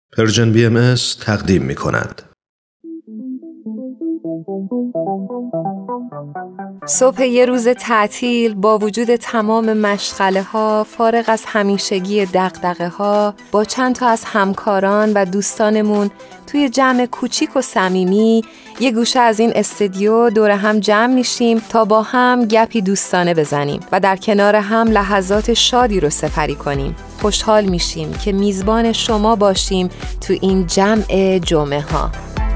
پرژن BMS تقدیم می کند. صبح یه روز تعطیل با وجود تمام مشغله ها، فارغ از همیشگی دغدغه ها، با چند تا از همکاران و دوستانمون توی جمع کوچیک و صمیمی یه گوشه از این استودیو دور هم جمع میشیم تا با هم گپی دوستانه بزنیم و در کنار هم لحظات شادی رو سپری کنیم. خوشحال میشیم که میزبان شما باشیم تو این جمع جمعه ها.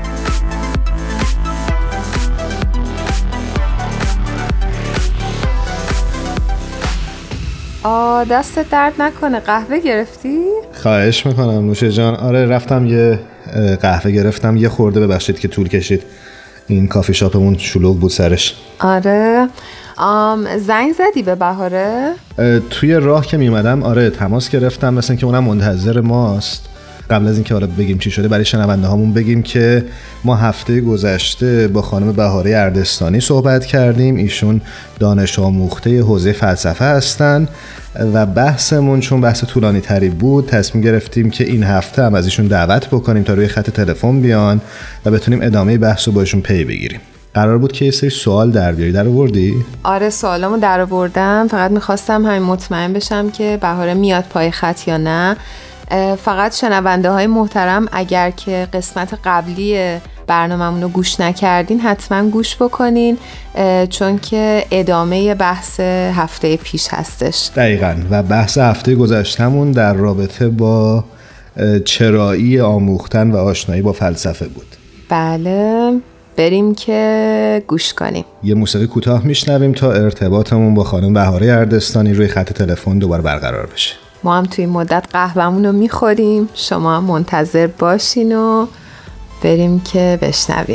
دستت درد نکنه. قهوه گرفتی؟ خواهش میکنم نوشه جان. آره رفتم یه قهوه گرفتم. یه خورده ببخشید که طول کشید، این کافی شاپمون شلوغ بود سرش. آره. زنگ زدی به بهاره؟ توی راه که میومدم آره تماس گرفتم، مثلا که اونم منتظر ماست. قبل از اینکه حالا بگیم چی شده، برای شنونده هامون بگیم که ما هفته گذشته با خانم بهاره اردستانی صحبت کردیم. ایشون دانش آموخته حوزه فلسفه هستن و بحثمون چون بحث طولانی تری بود تصمیم گرفتیم که این هفته هم از ایشون دعوت بکنیم تا روی خط تلفن بیان و بتونیم ادامه بحث رو با ایشون پی بگیریم. قرار بود که یه سری سوال در بیاری. در آوردی؟ آره سوالامو در آوردم، فقط میخواستم همین مطمئن بشم که بهاره میاد پای خط یا نه. فقط شنونده های محترم اگر که قسمت قبلی برنامه‌مون رو گوش نکردین حتما گوش بکنین، چون که ادامه بحث هفته پیش هستش. دقیقاً. و بحث هفته گذشتمون در رابطه با چرایی آموختن و آشنایی با فلسفه بود. بله، بریم که گوش کنیم. یه موسیقی کوتاه میشنویم تا ارتباطمون با خانم بهاره اردستانی روی خط تلفن دوباره برقرار بشه. ما هم توی مدت قهوه‌مون رو میخوریم، شما هم منتظر باشین و بریم که بشنویم.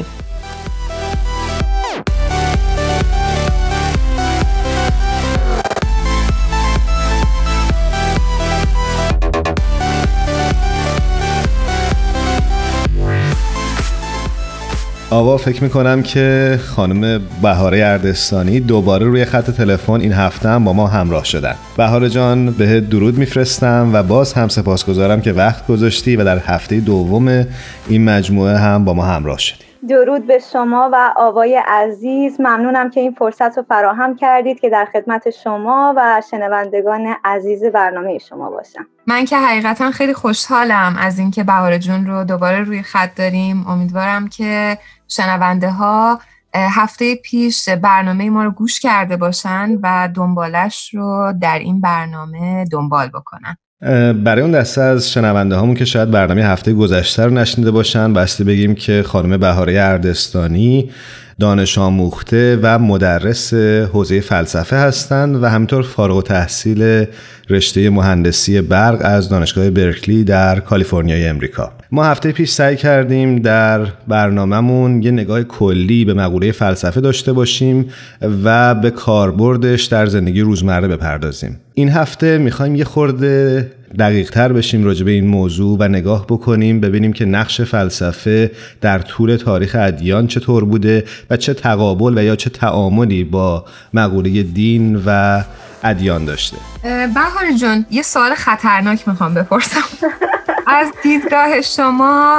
آوا فکر میکنم که خانم بهاره اردستانی دوباره روی خط تلفن این هفته هم با ما همراه شدن. بهاره جان بهت درود میفرستم و باز هم سپاسگزارم که وقت گذاشتی و در هفته دوم این مجموعه هم با ما همراه شدی. درود به شما و آوای عزیز. ممنونم که این فرصت رو فراهم کردید که در خدمت شما و شنوندگان عزیز برنامه شما باشم. من که حقیقتا خیلی خوشحالم از اینکه بهاره جون رو دوباره روی خط داریم. امیدوارم که شنونده ها هفته پیش برنامه ما رو گوش کرده باشن و دنبالش رو در این برنامه دنبال بکنن. برای اون دسته از شنونده هامون که شاید برنامه هفته گذشته رو نشنیده باشن، باستی بگیم که خانم بهاره اردستانی دانش آموخته و مدرس حوزه فلسفه هستند و همینطور فارغ التحصیل رشته مهندسی برق از دانشگاه برکلی در کالیفرنیای امریکا. ما هفته پیش سعی کردیم در برنامه‌مون یه نگاه کلی به مقوله فلسفه داشته باشیم و به کاربردش در زندگی روزمره بپردازیم. این هفته می‌خوایم یه خورده دقیق‌تر بشیم راجع به این موضوع و نگاه بکنیم ببینیم که نقش فلسفه در طول تاریخ ادیان چطور بوده و چه تقابل و یا چه تعاملی با مقوله دین و ادیان داشته. بهاره جون یه سوال خطرناک میخوام بپرسم. از دیدگاه شما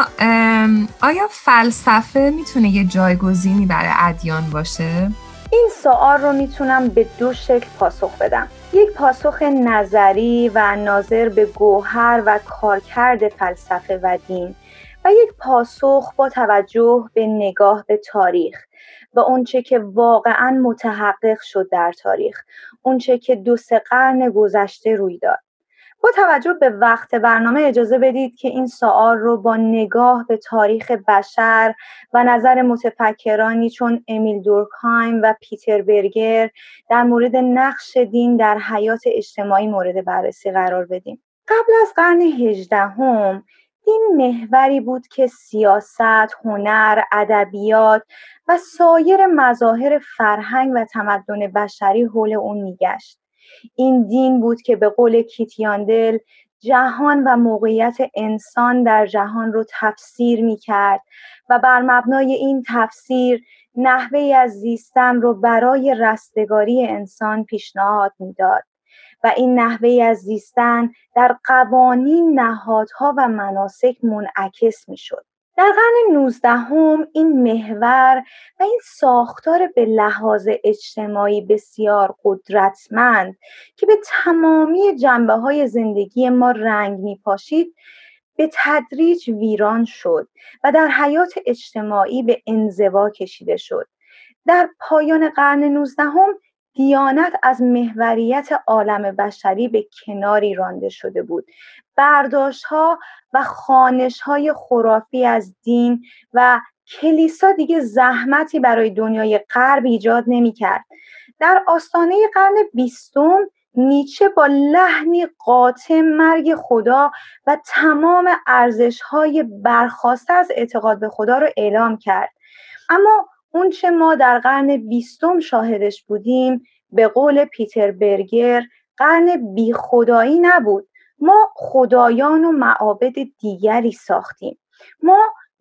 آیا فلسفه میتونه یه جایگزینی برای ادیان باشه؟ این سوال رو میتونم به دو شکل پاسخ بدم. یک پاسخ نظری و ناظر به گوهر و کارکرد فلسفه و دین و یک پاسخ با توجه به نگاه به تاریخ و اونچه که واقعاً متحقق شد در تاریخ، اونچه که 2-3 قرن گذشته روی داد. با توجه به وقت برنامه اجازه بدید که این سوال رو با نگاه به تاریخ بشر و نظر متفکرانی چون امیل دورکهایم و پیتر برگر در مورد نقش دین در حیات اجتماعی مورد بررسی قرار بدیم. قبل از قرن 18 دین محوری بود که سیاست، هنر، ادبیات و سایر مظاهر فرهنگ و تمدن بشری حول اون میگشت. این دین بود که به قول کیت یاندل جهان و موقعیت انسان در جهان رو تفسیر می‌کرد و بر مبنای این تفسیر نحوهی از زیستن رو برای رستگاری انسان پیشنهاد می‌داد و این نحوه از زیستن در قوانین، نهادها و مناسک منعکس میشد. در قرن 19 این محور و این ساختار به لحاظ اجتماعی بسیار قدرتمند که به تمامی جنبه‌های زندگی ما رنگ می‌پاشید به تدریج ویران شد و در حیات اجتماعی به انزوا کشیده شد. در پایان قرن 19 دیانت از محوریت عالم بشری به کناری رانده شده بود. برداشت‌ها و خوانش‌های خرافی از دین و کلیسا دیگه زحمتی برای دنیای غرب ایجاد نمی‌کرد. در آستانه قرن 20 نیچه با لحنی قاطع مرگ خدا و تمام ارزش‌های برخاسته از اعتقاد به خدا رو اعلام کرد. اما اون چه ما در قرن 20 شاهدش بودیم به قول پیتر برگر قرن بی خدایی نبود. ما خدایان و معابد دیگری ساختیم. ما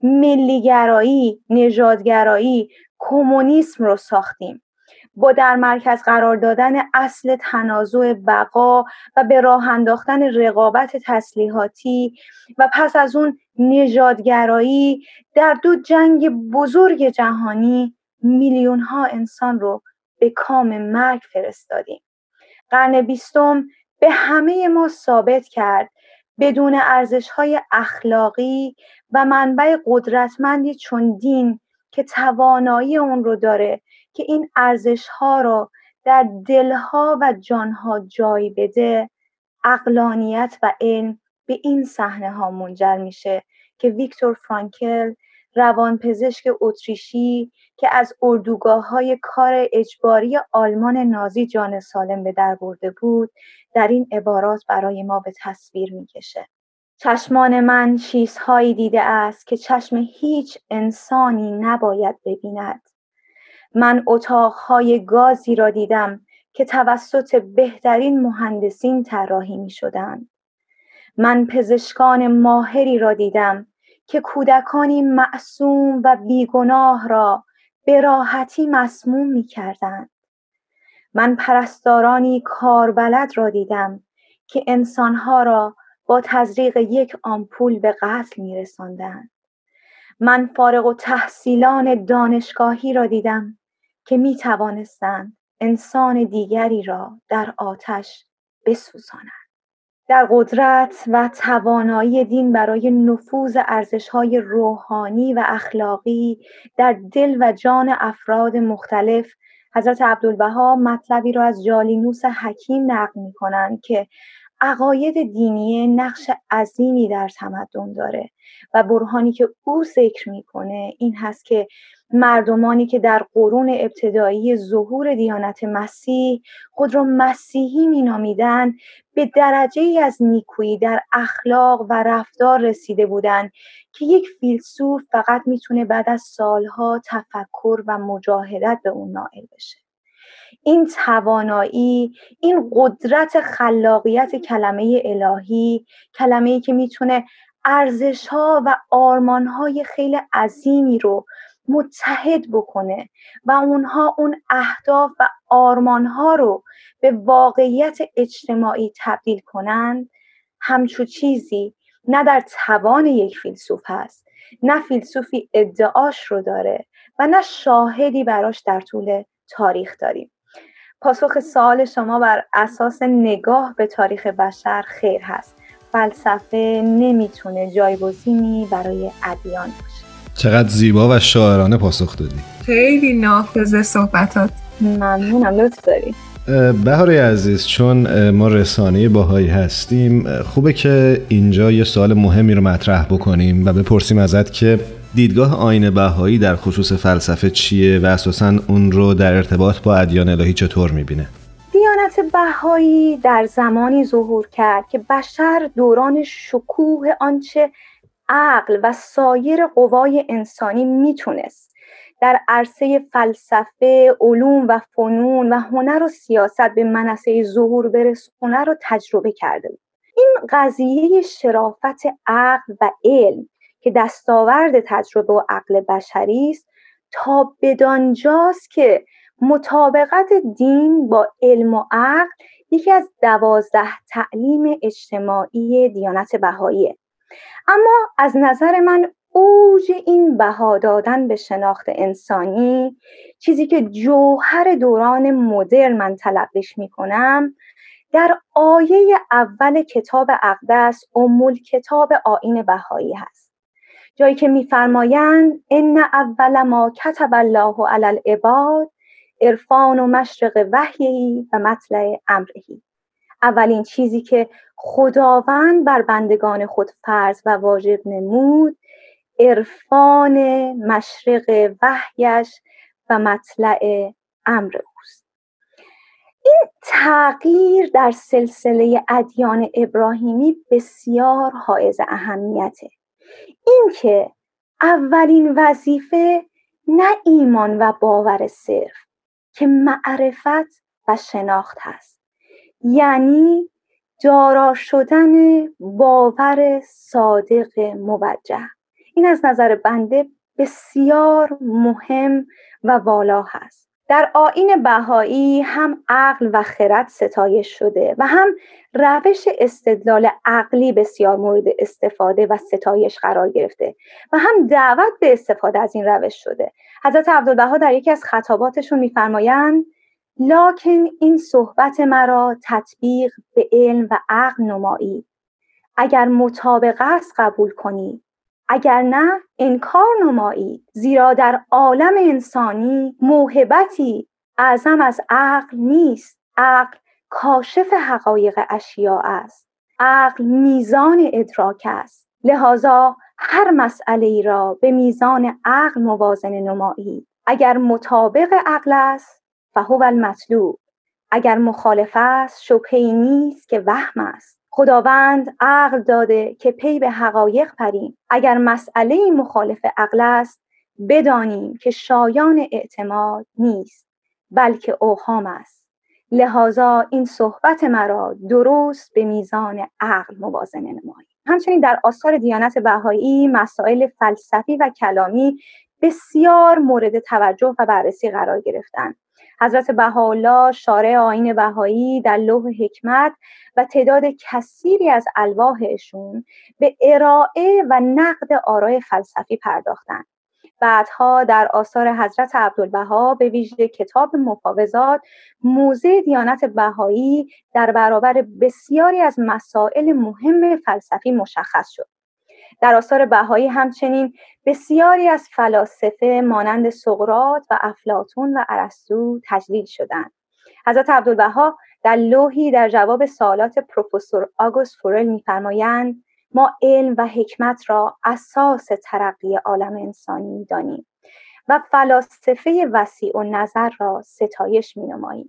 ملیگرایی، نژادگرایی، کمونیسم رو ساختیم. با در مرکز قرار دادن اصل تنازع بقا و به راه انداختن رقابت تسلیحاتی و پس از اون نژادگرایی در دو جنگ بزرگ جهانی میلیون ها انسان رو به کام مرگ فرستادیم. قرن 20 به همه ما ثابت کرد بدون ارزش‌های اخلاقی و منبع قدرتمندی چون دین که توانایی اون رو داره که این ارزش‌ها رو در دلها و جانها جای بده، عقلانیت و علم به این صحنه‌ها منجر میشه که ویکتور فرانکل، روانپزشک اتریشی که از اردوگاه‌های کار اجباری آلمان نازی جان سالم به در برده بود، در این عبارات برای ما به تصویر میکشه: چشمان من چیزهایی دیده است که چشم هیچ انسانی نباید ببیند. من اتاقهای گازی را دیدم که توسط بهترین مهندسین طراحی می‌شدند. من پزشکان ماهری را دیدم که کودکانی معصوم و بیگناه را به راحتی مسموم می‌کردند. من پرستارانی کاربلد را دیدم که انسانها را با تزریق یک آمپول به قتل می‌رساندند. من فارغ التحصیلان دانشگاهی را دیدم که می‌توانستند انسان دیگری را در آتش بسوزانند. در قدرت و توانایی دین برای نفوذ ارزش‌های روحانی و اخلاقی در دل و جان افراد مختلف، حضرت عبدالبها مطلبی را از جالینوس حکیم نقل می‌کنند که عقاید دینی نقش عظیمی در تمدن داره و برهانی که او ذکر میکنه این هست که مردمانی که در قرون ابتدایی ظهور دیانت مسیح خود را مسیحی مینامیدند به درجه‌ای از نیکویی در اخلاق و رفتار رسیده بودند که یک فیلسوف فقط میتونه بعد از سالها تفکر و مجاهدت به اون نائل بشه. این توانایی، این قدرت خلاقیت کلمه الهی، کلمه‌ای که میتونه ارزش‌ها و آرمان‌های خیلی عظیمی رو متحد بکنه و اونها اون اهداف و آرمان‌ها رو به واقعیت اجتماعی تبدیل کنن، همچو چیزی نه در توان یک فیلسوف هست، نه فیلسوفی ادعاش رو داره و نه شاهدی براش در طول تاریخ داریم. پاسخ سوال شما بر اساس نگاه به تاریخ بشر خیر هست. فلسفه نمیتونه جایگزینی برای ادیان باشه. چقدر زیبا و شاعرانه پاسخ دادی. خیلی نافذ صحبتات. ممنونم، لطف داری. بهاره عزیز، چون ما رسانه باهایی هستیم، خوبه که اینجا یه سوال مهمی رو مطرح بکنیم و بپرسیم ازت که دیدگاه آیین بهایی در خصوص فلسفه چیه و اساساً اون رو در ارتباط با ادیان الهی چطور میبینه؟ دیانت بهایی در زمانی ظهور کرد که بشر دوران شکوه آنچه عقل و سایر قوای انسانی میتونست در عرصه فلسفه، علوم و فنون و هنر و سیاست به منصه ظهور برسونه رو تجربه کرده بود. این قضیه شرافت عقل و علم که دستاورد تجربه و عقل بشری است تا بدانجاست که مطابقت دین با علم و عقل یکی از 12 تعلیم اجتماعی دیانت بهاییه. اما از نظر من اوج این بها دادن به شناخت انسانی، چیزی که جوهر دوران مدرن من تلقیش میکنم، در آیه اول کتاب اقدس کتاب آیین بهایی هست، جایی که میفرمایند ان اول ما کتب الله علی العباد عرفان و مشرق وحیه و مطلع امره. اولین چیزی که خداوند بر بندگان خود فرض و واجب نمود عرفان مشرق وحیش و مطلع امر اوست. این تغییر در سلسله ادیان ابراهیمی بسیار حائز اهمیته. این که اولین وظیفه نه ایمان و باور صرف که معرفت و شناخت هست، یعنی دارا شدن باور صادق موجه. این از نظر بنده بسیار مهم و والا هست. در آیین بهایی هم عقل و خرد ستایش شده و هم روش استدلال عقلی بسیار مورد استفاده و ستایش قرار گرفته و هم دعوت به استفاده از این روش شده. حضرت عبدالبها در یکی از خطاباتشون میفرمایند لکن این صحبت مرا تطبیق به علم و عقل نمایی، اگر مطابق است قبول کنی، اگر نه انکار نمایی، زیرا در عالم انسانی موهبتی اعظم از عقل نیست. عقل کاشف حقایق اشیاء است، عقل میزان ادراک است، لذا هر مسئله ای را به میزان عقل موازنه نمایی. اگر مطابق عقل است فهو المطلوب، اگر مخالف است شبهه‌ای نیست که وهم است. خداوند عقل داده که پی به حقایق بریم. اگر مسئله مخالف عقل است بدانیم که شایان اعتماد نیست بلکه اوهام است. لذا این صحبت مرا درست به میزان عقل موازنه نمایید. همچنین در آثار دیانت بهایی مسائل فلسفی و کلامی بسیار مورد توجه و بررسی قرار گرفتند. حضرت بهاءالله شارع آیین بهایی در لوح حکمت و تعداد کثیری از الواحشون به ارائه و نقد آراء فلسفی پرداختند. بعدها در آثار حضرت عبدالبها به ویژه کتاب مفاوضات موضع دیانت بهایی در برابر بسیاری از مسائل مهم فلسفی مشخص شد. در آثار بهایی همچنین بسیاری از فلاسفه مانند سقراط و افلاطون و ارسطو تجلیل شدند. حضرت عبدالبها در لوحی در جواب سوالات پروفسور آگوست فورل می‌فرمایند ما علم و حکمت را اساس ترقی عالم انسانی می‌دانیم و فلاسفه وسیع النظر را ستایش می‌نماییم.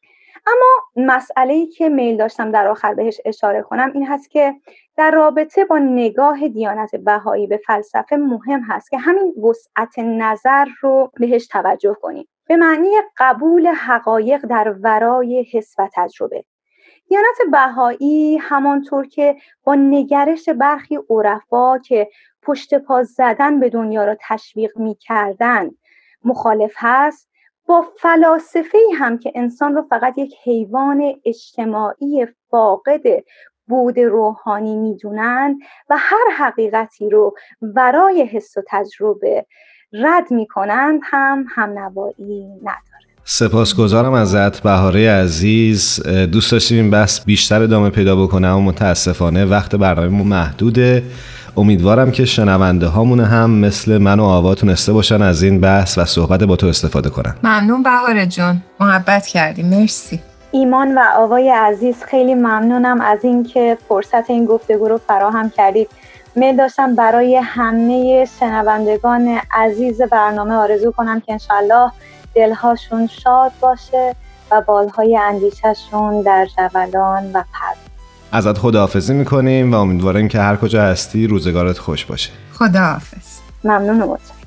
اما مسئله‌ای که میل داشتم در آخر بهش اشاره کنم این هست که در رابطه با نگاه دیانت بهایی به فلسفه مهم هست که همین وسعت نظر رو بهش توجه کنیم، به معنی قبول حقایق در ورای حس و تجربه. دیانت بهایی همانطور که با نگرش برخی عرفا که پشت پا زدن به دنیا را تشویق می‌کردند مخالف هست، با فلاسفه‌ای هم که انسان رو فقط یک حیوان اجتماعی فاقد بود روحانی می‌دونند و هر حقیقتی رو ورای حس و تجربه رد می‌کنند هم همنوایی نداره. سپاسگزارم ازت بهاره عزیز. دوست داشتیم این بحث بیشتر ادامه پیدا بکنه اما متاسفانه وقت برنامه‌مون محدوده. امیدوارم که شنونده هامون هم مثل من و آوا تونسته باشن از این بحث و صحبت با تو استفاده کنن. ممنون بهاره جون، محبت کردی، مرسی. ایمان و آوای عزیز خیلی ممنونم از اینکه فرصت این گفتگو رو فراهم کردید. میل داشتم برای همه شنوندگان عزیز برنامه آرزو کنم که انشالله دلهاشون شاد باشه و بالهای اندیشهشون در جولان و پرواز. ازت خداحافظی میکنیم و امیدواریم که هر کجا هستی روزگارت خوش باشه. خداحافظ. ممنون و متشکرم.